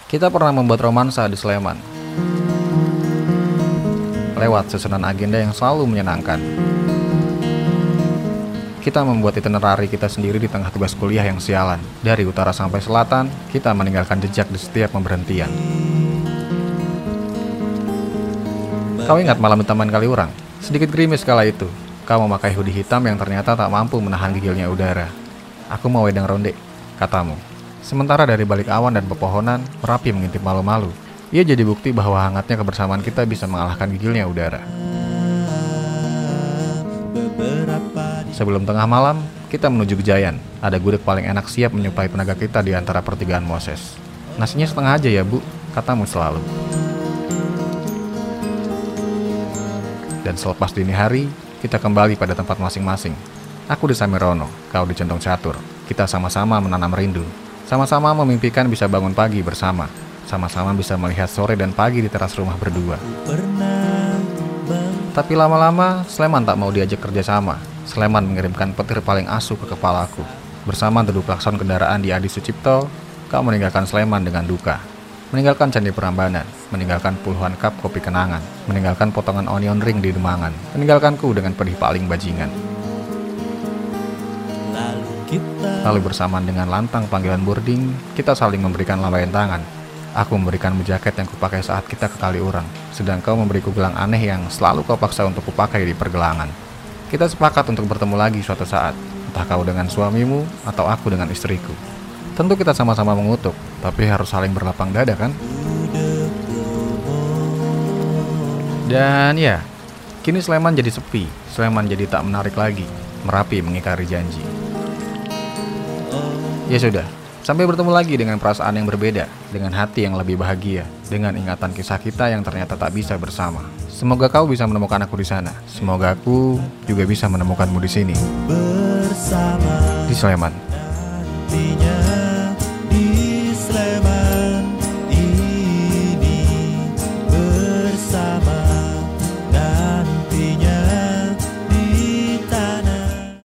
Kita pernah membuat romansa di Sleman, lewat susunan agenda yang selalu menyenangkan. Kita membuat itinerari kita sendiri di tengah tugas kuliah yang sialan. Dari utara sampai selatan, kita meninggalkan jejak di setiap pemberhentian. Kau ingat malam di Taman Kaliurang? Sedikit gerimis kala itu. Kau memakai hoodie hitam yang ternyata tak mampu menahan gigilnya udara. Aku mau wedang ronde, katamu. Sementara dari balik awan dan pepohonan, Merapi mengintip malu-malu. Ia jadi bukti bahwa hangatnya kebersamaan kita bisa mengalahkan gigilnya udara. Sebelum tengah malam, kita menuju Gejayan. Ada gudeg paling enak siap menyuplai tenaga kita di antara pertigaan Moses. Nasinya setengah aja ya bu, katamu selalu. Dan selepas dini hari, kita kembali pada tempat masing-masing. Aku di Samirono, kau di Condong Catur. Kita sama-sama menanam rindu. Sama-sama memimpikan bisa bangun pagi bersama. Sama-sama bisa melihat sore dan pagi di teras rumah berdua. Tapi lama-lama, Sleman tak mau diajak kerjasama. Sleman mengirimkan petir paling asuh ke kepalaku. Bersama dedu klakson kendaraan di Adi Sucipto, kau meninggalkan Sleman dengan duka. Meninggalkan Candi Prambanan, meninggalkan puluhan cup kopi kenangan, meninggalkan potongan onion ring di Demangan, meninggalkanku dengan pedih paling bajingan. Lalu bersamaan dengan lantang panggilan boarding, kita saling memberikan lambaian tangan. Aku memberikanmu jaket yang kupakai saat kita ke Kaliurang, sedang kau memberiku gelang aneh yang selalu kau paksa untuk kupakai di pergelangan. Kita sepakat untuk bertemu lagi suatu saat, entah kau dengan suamimu atau aku dengan istriku. Tentu kita sama-sama mengutuk, tapi harus saling berlapang dada kan? Dan ya, kini Sleman jadi sepi, Sleman jadi tak menarik lagi. Merapi mengingkari janji. Ya sudah, sampai bertemu lagi dengan perasaan yang berbeda, dengan hati yang lebih bahagia, dengan ingatan kisah kita yang ternyata tak bisa bersama. Semoga kau bisa menemukan aku di sana. Semoga aku juga bisa menemukanmu di sini. Bersama di Sleman.